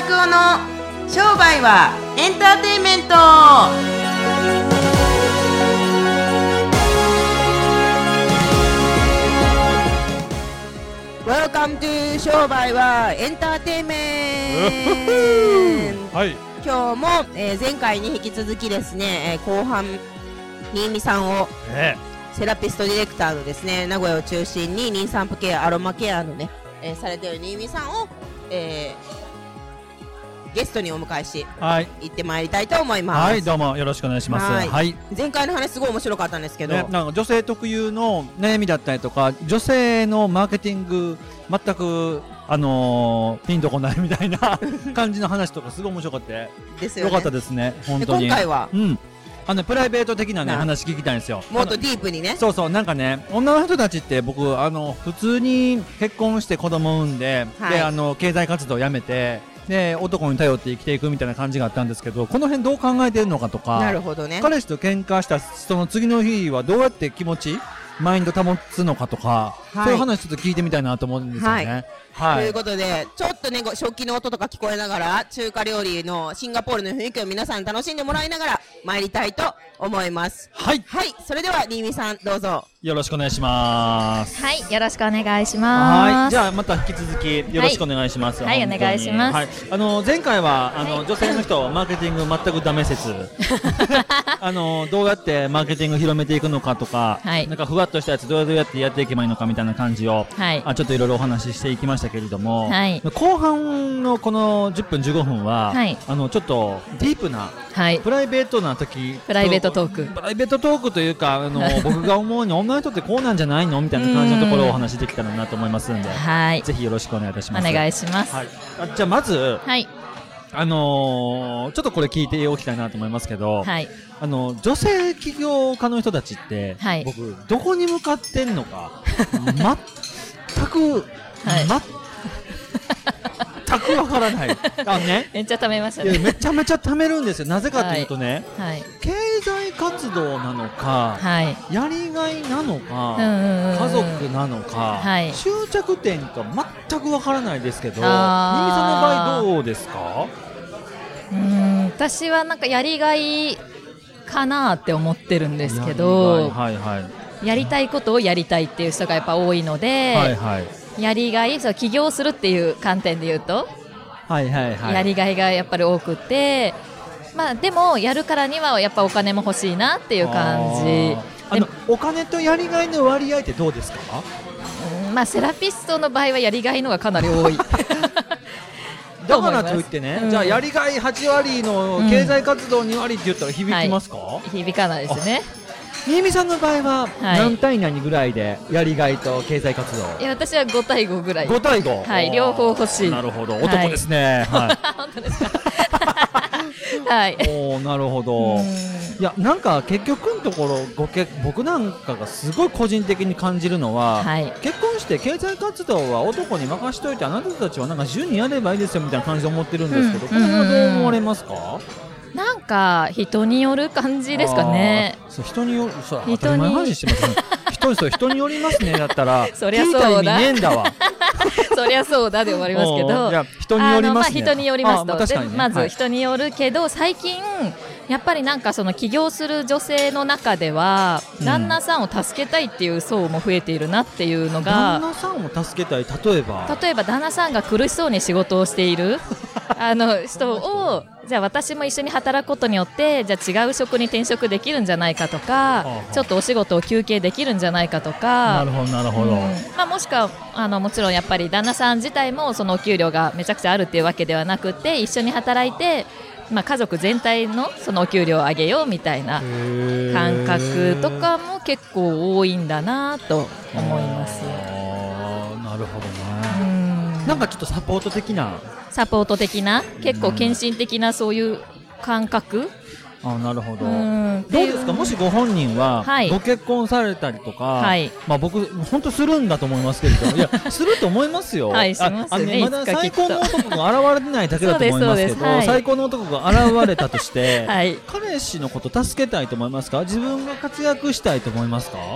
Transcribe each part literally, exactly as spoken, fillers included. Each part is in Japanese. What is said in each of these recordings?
拓夫の商売はエンターテインメント。Welcome to 商売はエンターテインメント。はい、今日も、えー、前回に引き続きですね、えー、後半新見さんを、えー、セラピストディレクターのですね名古屋を中心に妊産婦ケアアロマケアのね、えー、されている新見さんを、えー、ゲストにお迎えし、はい、行ってまいりたいと思います。 はい、どうもよろしくお願いします。はい、はい、 前回の話すごい面白かったんですけど、ね、 なんか女性特有の悩みだったりとか女性のマーケティング全くあのー、ピンとこないみたいな感じの話とかすごい面白かったですよね。よかったですね本当に。 今回は、 うんあのプライベート的な、ね、話聞きたいんですよ。 もっとディープにね。 そうそう、なんかね女の人たちって僕あの普通に結婚して子供産んで、はい、であの経済活動をやめてで男に頼って生きていくみたいな感じがあったんですけど、この辺どう考えてるのかとか。 なるほどね。 彼氏と喧嘩したその次の日はどうやって気持ちマインド保つのかとか、はい、そういう話ちょっと聞いてみたいなと思うんですよね。はいはい、ということでちょっとね食器の音とか聞こえながら中華料理のシンガポールの雰囲気を皆さんに楽しんでもらいながら参りたいと思います。 はい、 はい、それでは新見さんどうぞよろしくお願いします。 はい、よろしくお願いします。 はい、じゃあまた引き続きよろしくお願いします。 はい、はい、お願いします。 はい、あの前回はあの、はい、女性の人マーケティング全くダメ説あのどうやってマーケティング広めていくのかとか、はい、なんかふわっとしたやつどうやってやっていけばいいのかみたいな感じを、はい、あちょっといろいろお話ししていきましたけれども、はい、後半のこのじゅっぷんじゅうごふんは、はい、あのちょっとディープな、はい、プライベートな時プライベートトークプライベートトークというかあの僕が思うに女の人ってこうなんじゃないのみたいな感じのところをお話しできたらなと思いますので、はい、ぜひよろしくお願いいたします。 お願いします。 はい、あじゃあまず、はいあのー、ちょっとこれ聞いておきたいなと思いますけど、はい、あの女性起業家の人たちって、はい、僕どこに向かってんのか全く、はい、全くわからないあ、ね、 めっちゃ貯めましたね。 いやめちゃめちゃ貯めるんですよ。なぜかというとね、はいはい、経済活動なのか、はい、やりがいなのか、うんうんうん、家族なのか、はい、終着点か全くわからないですけど、新見さんの場合どうですか？ うーん私はなんかやりがいかなって思ってるんですけど、やりがい、はいはい、やりたいことをやりたいっていう人がやっぱ多いので、はいはい、やりがいそう起業するっていう観点で言うと、はいはいはい、やりがいがやっぱり多くて、まあ、でもやるからにはやっぱお金も欲しいなっていう感じ。 あのお金とやりがいの割合ってどうですか？ うん、まあ、セラピストの場合はやりがいのがかなり多いだからといってね、うん、じゃあやりがいはち割の経済活動に割って言ったら響きますか？ はい、響かないですね。 新見さんの場合は何対何ぐらいでやりがいと経済活動？ いや私はご対ごぐらい。 ご対ご、 はい、両方欲しい。 なるほど、男ですね。はい、 本当ですか？はい。 おなるほど。いやなんか結局のところごけ僕なんかがすごい個人的に感じるのは、はい、結婚して経済活動は男に任しといてあなたたちはなんか自由にやればいいですよみたいな感じで思ってるんですけど、うん、これはどう思われますか？ なんか人による感じですかね。 そう人による、そう当たり前の話してますね。人, そう人によりますねだったらそりゃそうだ聞いた意味ねえんだわそりゃそうだで終わりますけど、 いや人によりますね。 あの、まあ、人によりますと、 まあまあね、 まず人によるけど、はい、最近やっぱりなんかその起業する女性の中では、うん、旦那さんを助けたいっていう層も増えているなっていうのが。 旦那さんを助けたい、例えば例えば旦那さんが苦しそうに仕事をしているあの人をじゃあ私も一緒に働くことによってじゃあ違う職に転職できるんじゃないかとか、ちょっとお仕事を休憩できるんじゃないかとか。 なるほどなるほど、うんまあ、もしくはあのもちろんやっぱり旦那さん自体もそのお給料がめちゃくちゃあるっていうわけではなくて、一緒に働いて、まあ、家族全体のそのお給料を上げようみたいな感覚とかも結構多いんだなと思います。 あなるほどね。うんなんかちょっとサポート的なサポート的な結構献身的なそういう感覚。 あなるほど。うんどうですか、もしご本人はご結婚されたりとか、はい、まあ、僕本当するんだと思いますけれどいやすると思いますよ。 はい、しますね。 まだ最高の男が現れてないだけだと思いますけどはい、最高の男が現れたとして、はい、彼氏のこと助けたいと思いますか？自分が活躍したいと思いますか？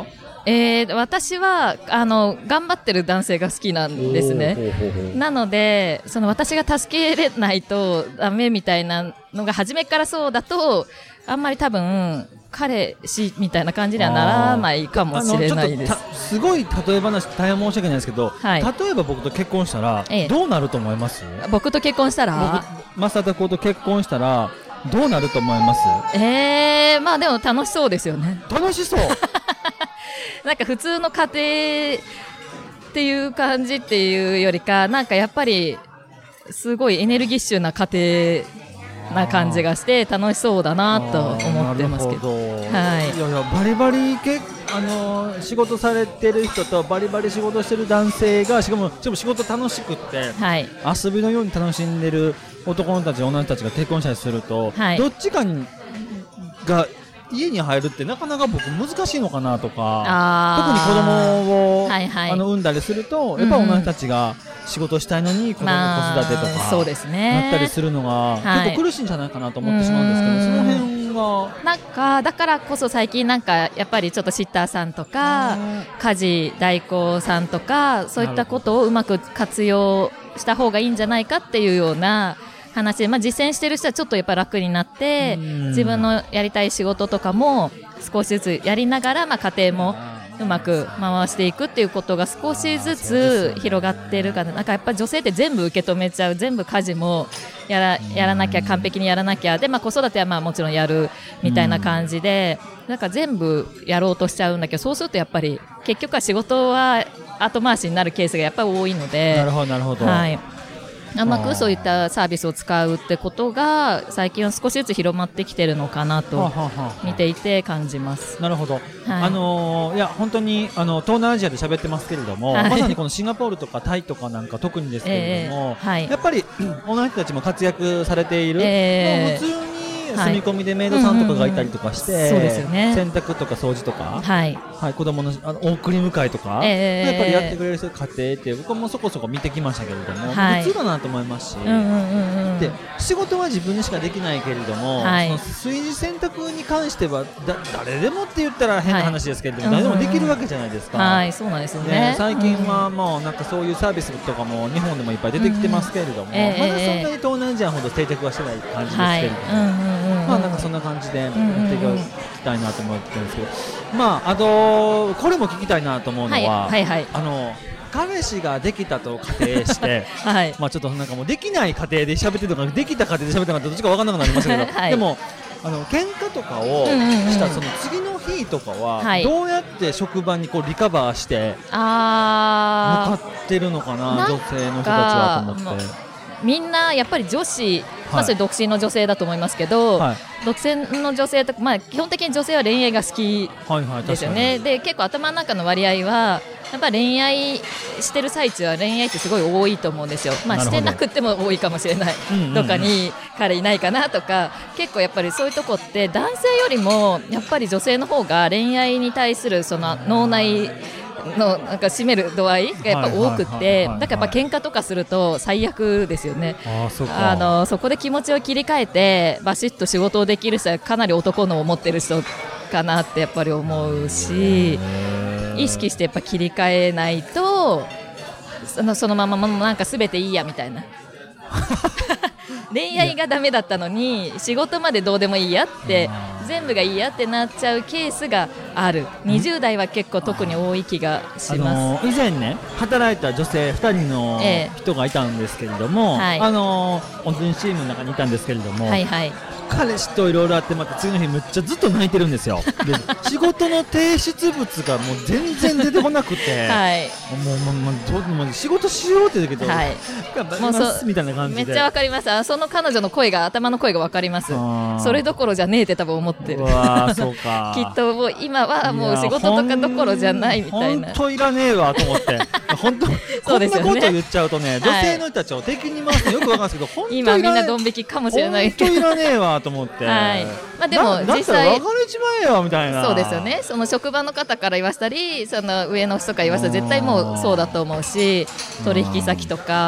えー、私はあの頑張ってる男性が好きなんですね。なのでその私が助けれないとダメみたいなのが初めからそうだとあんまり多分彼氏みたいな感じにはならないかもしれないです。 すごい例え話大変申し訳ないですけど、はい、例えば僕と結婚したらどうなると思います？ ええ、僕と結婚したら正田君と結婚したらどうなると思います？ えー、まあでも楽しそうですよね。 楽しそうなんか普通の家庭っていう感じっていうよりかなんかやっぱりすごいエネルギッシュな家庭な感じがして楽しそうだなと思ってますけど、はい、 いやいやバリバリけあの仕事されてる人とバリバリ仕事してる男性がしかもしかも仕事楽しくって、はい、遊びのように楽しんでる男の子たち女の子たちが結婚したりすると、はい、どっちかにが家に入るってなかなか僕難しいのかなとか、特に子供を、はいはい、あの産んだりするとやっぱり女の子たちが仕事したいのに子供の子育てとか、まあそうですね、なったりするのが、はい、結構苦しいんじゃないかなと思ってしまうんですけど、その辺はなんかだからこそ最近なんかやっぱりちょっとシッターさんとか家事代行さんとかそういったことをうまく活用した方がいいんじゃないかっていうような話で、まあ、実践してる人はちょっとやっぱ楽になって自分のやりたい仕事とかも少しずつやりながら、まあ、家庭もうまく回していくっていうことが少しずつ広がってるから、なんかやっぱり女性って全部受け止めちゃう、全部家事もやら、やらなきゃ完璧にやらなきゃで、まあ、子育てはまあもちろんやるみたいな感じでなんか全部やろうとしちゃうんだけど、そうするとやっぱり結局は仕事は後回しになるケースがやっぱり多いので、 なるほどなるほど、 はい、うまくそういったサービスを使うってことが最近は少しずつ広まってきてるのかなと見ていて感じます。 なるほど、はい、あのー、いや本当にあの東南アジアで喋ってますけれども、はい、まさにこのシンガポールとかタイとかなんか特にですけれども、えーはい、やっぱり女の人たちも活躍されている、えー、もう普通に住み込みでメイドさんとかがいたりとかして、そうですよね、洗濯とか掃除とか、はいはい、子供のあの送り迎えとか、えー、やっぱりやってくれる家庭って僕もそこそこ見てきましたけれども、はい、普通だなと思いますし、うんうんうんうん、で仕事は自分にしかできないけれども、はい、その炊事洗濯に関してはだ誰でもって言ったら変な話ですけれども、はい、誰でもできるわけじゃないですか、 はい、そうなんですよね。 ね、最近はもうなんかそういうサービスとかも日本でもいっぱい出てきてますけれども、うんえー、まだそんなに東南アジアほど定着はしてない感じですけれども、はいうんうんまあなんかそんな感じでやっていきたいなと思ってるんですけど、まああとこれも聞きたいなと思うのは、はいはいはい、あの彼氏ができたと仮定して、はい、まあちょっとなんかもうできない家庭で喋ってるのかできた家庭で喋ってるのかどっちか分からなくなりましたけど、はい、でもあの喧嘩とかをしたその次の日とかはどうやって職場にこうリカバーして向かってるのかな、女性の人たちはと思って。 みんなやっぱり女子、まあ、それ独身の女性だと思いますけど、はい、独身の女性と、まあ、基本的に女性は恋愛が好きですよね、はいはい、で結構頭の中の割合はやっぱ恋愛してる最中は恋愛ってすごい多いと思うんですよ、まあ、してなくても多いかもしれないどっかに彼いないかなとか、結構やっぱりそういうとこって男性よりもやっぱり女性の方が恋愛に対するその脳内のなんか占める度合いがやっぱ多くて、だからやっぱ喧嘩とかすると最悪ですよね。あそうかあのそこで気持ちを切り替えてバシッと仕事をできる人はかなり男のを持ってる人かなってやっぱり思うし、意識してやっぱ切り替えないとその、そのままなんか全ていいやみたいな恋愛がダメだったのに仕事までどうでもいいやって全部がいいやってなっちゃうケースがある。にじゅう代は結構特に多い気がします、あのー、以前ね働いた女性ふたりの人がいたんですけれども、ええはいあのー、本当にチームの中にいたんですけれども、はいはい彼氏といろいろあってまた次の日めっちゃずっと泣いてるんですよで仕事の提出物がもう全然出てこなくて、はい、もうもうもうもう仕事しようって言うけど、はい、頑張りますみたいな感じでめっちゃわかります。その彼女の声が頭の声がわかります。それどころじゃねえって多分思ってる。うわそうかきっともう今はもう仕事とかどころじゃないみたいな。 本当いらねえわと思って本当こんなこと言っちゃうとね、女性の人たちを敵に回すのよくわかるんですけど、本当今みんなドン引きかもしれない本当いらねえわと思って、はいまあ、でも実際別れちまえよみたいな。 そうですよね。その職場の方から言わせたりその上の人から言わせたら絶対もうそうだと思うし、取引先とか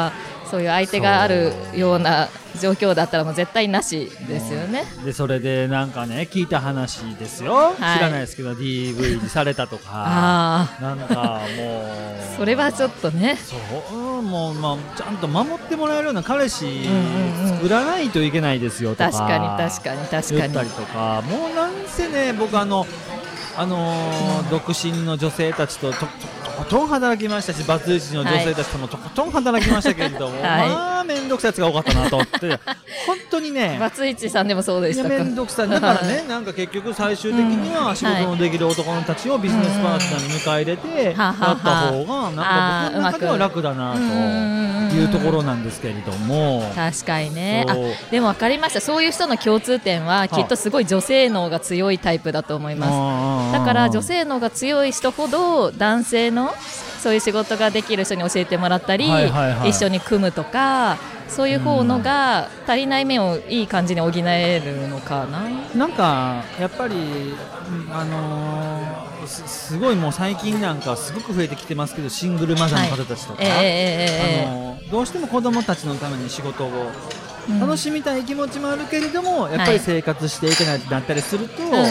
そういう相手があるような状況だったらもう絶対なしですよね。 でそれでなんかね聞いた話ですよ、はい、知らないですけど ディーブイ にされたとかあなんかもうそれはちょっとねそうもう、まあ、ちゃんと守ってもらえるような彼氏作らないといけないですよとか、 確かに確かに確かに言ったりとかもうなんせね僕あのあのーうん、独身の女性たちと と, と, とことん働きましたしバツイチの女性たちともとことん働きましたけれども、はい、まあ面倒くさいやつが多かったなと思って本当にねバツイチさんでもそうでしたか。 面倒くさいだからねなんか結局最終的には仕事のできる男のたちをビジネスパートナーに迎え入れてやった方がなんか僕の中では楽だなというところなんですけれども、 確かにね。あでも分かりました。そういう人の共通点はきっとすごい女性脳が強いタイプだと思います。だから女性脳が強い人ほど男性のそういう仕事ができる人に教えてもらったり、はいはいはい、一緒に組むとかそういう方のが足りない面をいい感じに補えるのかな。 なんかやっぱりあのー、す, すごいもう最近なんかすごく増えてきてますけどシングルマザーの方たちとか、はいえーあのー、どうしても子供たちのために仕事を楽しみたい気持ちもあるけれども、うん、やっぱり生活していけないとなったりすると、はい、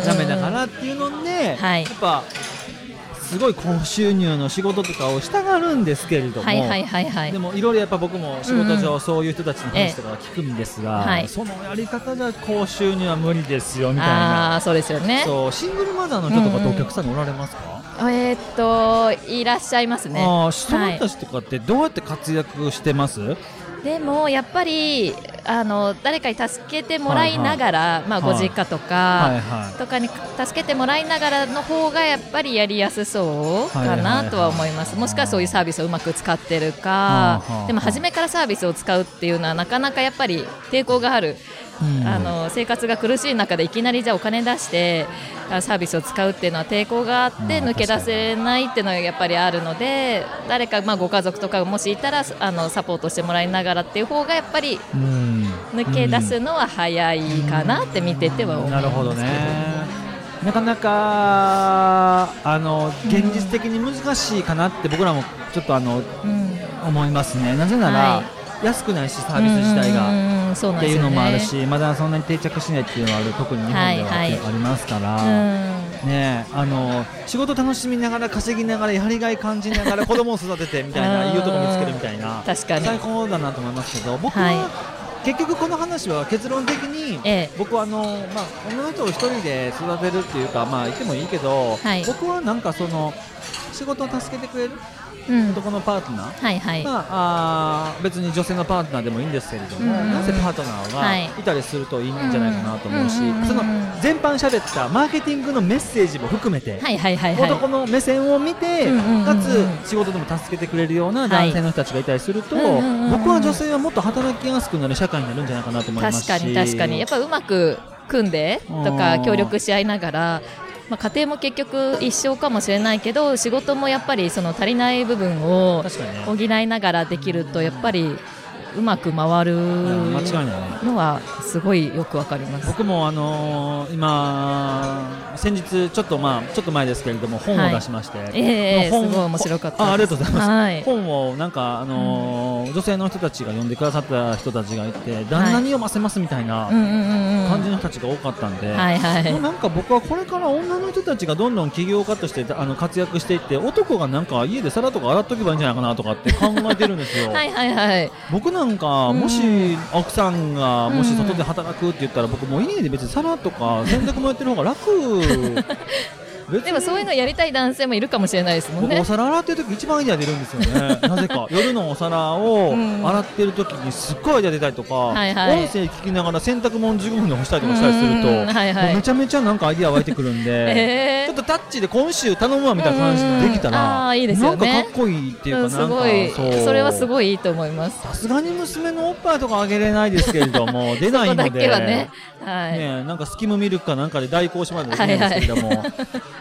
ダメだからっていうので、はい、やっぱすごい高収入の仕事とかをしたがるんですけれども、はいはいはいはい、でもいろいろやっぱ僕も仕事上そういう人たちの話とか聞くんですが、うんうん、そのやり方じゃ高収入は無理ですよみたいな。 あそうですよね。 そうシングルマザーの人とかってお客さんにおられますか？ うんうん、えー、っといらっしゃいますね。 あその人たちとかってどうやって活躍してます？はいでもやっぱりあの誰かに助けてもらいながら、はいはいまあ、ご実家とか、はいはい、とかに助けてもらいながらの方がやっぱりやりやすそうかなとは思います、はいはいはい、もしくはそういうサービスをうまく使ってるか、はいはい、でも初めからサービスを使うっていうのはなかなかやっぱり抵抗がある、うん、あの生活が苦しい中でいきなりじゃあお金出してサービスを使うっていうのは抵抗があって抜け出せないっていうのがやっぱりあるので誰かまあご家族とかもしいたらあのサポートしてもらいながらっていう方がやっぱり抜け出すのは早いかなって見てては思います。 なるほどね。なかなかあの現実的に難しいかなって僕らもちょっとあの、うん、思いますね。なぜなら、はい安くないしサービス自体がっていうのもあるし、まだそんなに定着しないっていうのはある特に日本ではありますから、ねあの仕事楽しみながら稼ぎながらやりがい感じながら子供を育ててみたいないうところ見つけるみたいな確かに最高だなと思いますけど僕は結局この話は結論的に僕はあの、まあ、女の人を一人で育てるっていうかまあ言ってもいいけど僕はなんかその仕事を助けてくれるうん、男のパートナー、はいはいまあ、あ別に女性のパートナーでもいいんですけれども、うん、なぜパートナーがいたりするといいんじゃないかなと思うし、うん、その全般喋ったマーケティングのメッセージも含めて、はいはいはいはい、男の目線を見て、うん、かつ仕事でも助けてくれるような男性の人たちがいたりすると、はい、僕は女性はもっと働きやすくなる社会になるんじゃないかなと思いますし確かに確かにやっぱうまく組んでとか協力し合いながらまあ、家庭も結局一緒かもしれないけど仕事もやっぱりその足りない部分を補いながらできるとやっぱりうまく回るのはすごいよくわかります。 僕もあのー、今先日ちょっとまあちょっと前ですけれども本を出しまして、はいえー、すごい面白かったです。 あ、ありがとうございます、はい、本をなんかあのーうん、女性の人たちが読んでくださった人たちがいて旦那に読ませますみたいな感じの人たちが多かったんで、はいはい、もうなんか僕はこれから女の人たちがどんどん起業家としてあの活躍していって男がなんか家で皿とか洗っとけばいいんじゃないかなとかって考えてるんですよはいはい、はい、僕なんかもし奥さんがもし外で働くって言ったら僕もう家で別に皿とか洗濯もやってる方が楽でもそういうのやりたい男性もいるかもしれないですもんね。 僕お皿洗ってる時一番アイデア出るんですよねなぜか夜のお皿を洗ってる時にすっごいアイデア出たりとか、はいはい、音声聞きながら洗濯物じゅっぷんで干したりとかしたりすると、はいはい、めちゃめちゃなんかアイデア湧いてくるんで、えー、ちょっとタッチで今週頼むわみたいな感じでできたらあいいですよね、 なんかかっこいいっていうか、うん、なんかそうそれはすごいいいと思います。 さすがに娘のおっぱいとかあげれないですけれども出ないのでそこだけはね、はいね、なんかスキムミルクかなんかで代行してもらうんですけれども、はいはい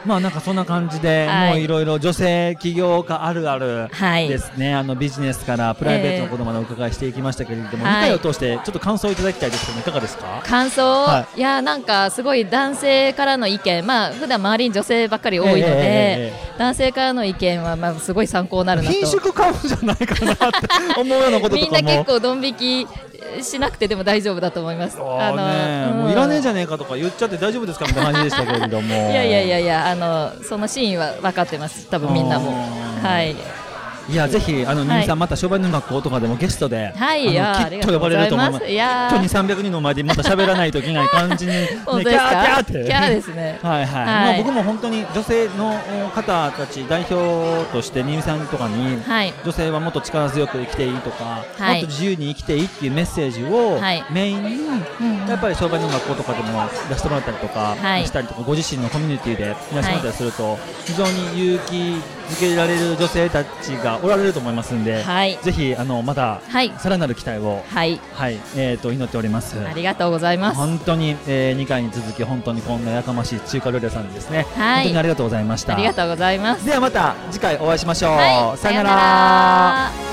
まあなんかそんな感じで、はい、もういろいろ女性起業家あるあるですね、はい、あのビジネスからプライベートのことまでお伺いしていきましたけれども、えー、にかいを通してちょっと感想をいただきたいですけどいかがですか？ 感想、はい、いやなんかすごい男性からの意見、まあ普段周りに女性ばっかり多いので、えーえー、男性からの意見はまあすごい参考になるなと。 品種買うんじゃないかなって思うようなこととかもみんな結構ドン引きしなくてでも大丈夫だと思います。 あのーうん、もういらねえじゃねえかとか言っちゃって大丈夫ですかみたいな感じでしたけれどもいやいやいやいや、あのそのシーンは分かってます、多分みんなも。はい、 いやぜひあの新見さんまた商売の学校とかでもゲストで、はい、あのきっと呼ばれると思います。いやきっとにせんさんびゃくにんの前でまた喋らないといけない感じに、ね、 本当ですか？ キャーキャーってキャーですね。 はいはい。はい、まあ僕も本当に女性の方たち代表として新見さんとかに、はい、女性はもっと力強く生きていいとか、はい、もっと自由に生きていいっていうメッセージをメインに、はい、やっぱり商売の学校とかでも出してもらったりとか、はい、したりとかご自身のコミュニティでいらっしゃったりすると、はい、非常に勇気づけられる女性たちがおられると思いますんで、はい、ぜひあのまた、はい、さらなる期待を、はいはいえー、と祈っております。 ありがとうございます。 本当に、えー、にかいに続き本当にこんなやかましい中華料理屋さんですね、はい、本当にありがとうございました。 ありがとうございます。 ではまた次回お会いしましょう、はい、さよなら。